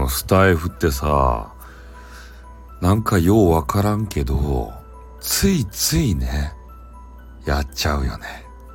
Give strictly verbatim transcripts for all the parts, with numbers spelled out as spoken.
のスタイフってさ、なんかようわからんけど、ついついね、やっちゃうよね。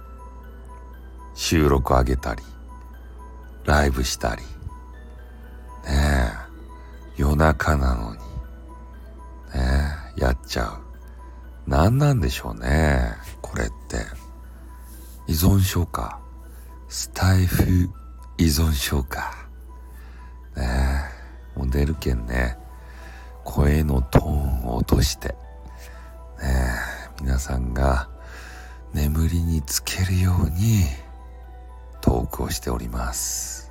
収録上げたり、ライブしたり。ねえ、夜中なのに。ねえ、やっちゃう。なんなんでしょうね、これって。依存症か。スタイフ依存症か。ねえ、もう出るけんね。声のトーンを落として。ねえ、皆さんが眠りにつけるようにトークをしております。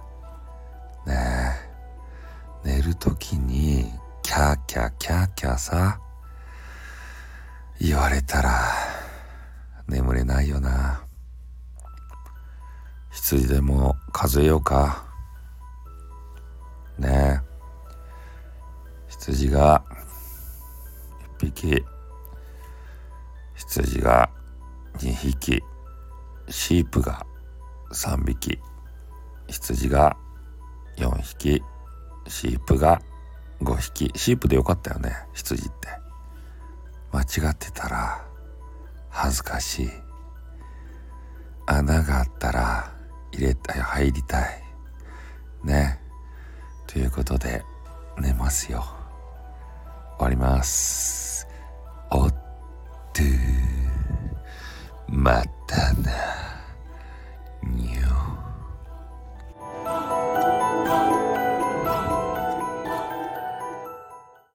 ねえ、寝るときにキャーキャーキャーキャーさ、言われたら眠れないよな。羊でも数えようか。ねえ、羊が一匹、羊が二匹、シープが三匹、羊が四匹、シープが五匹。シープでよかったよね、羊って。間違ってたら恥ずかしい。穴があったら入れたい、入りたいね。ということで寝ますよ。終わります。おっと、またな。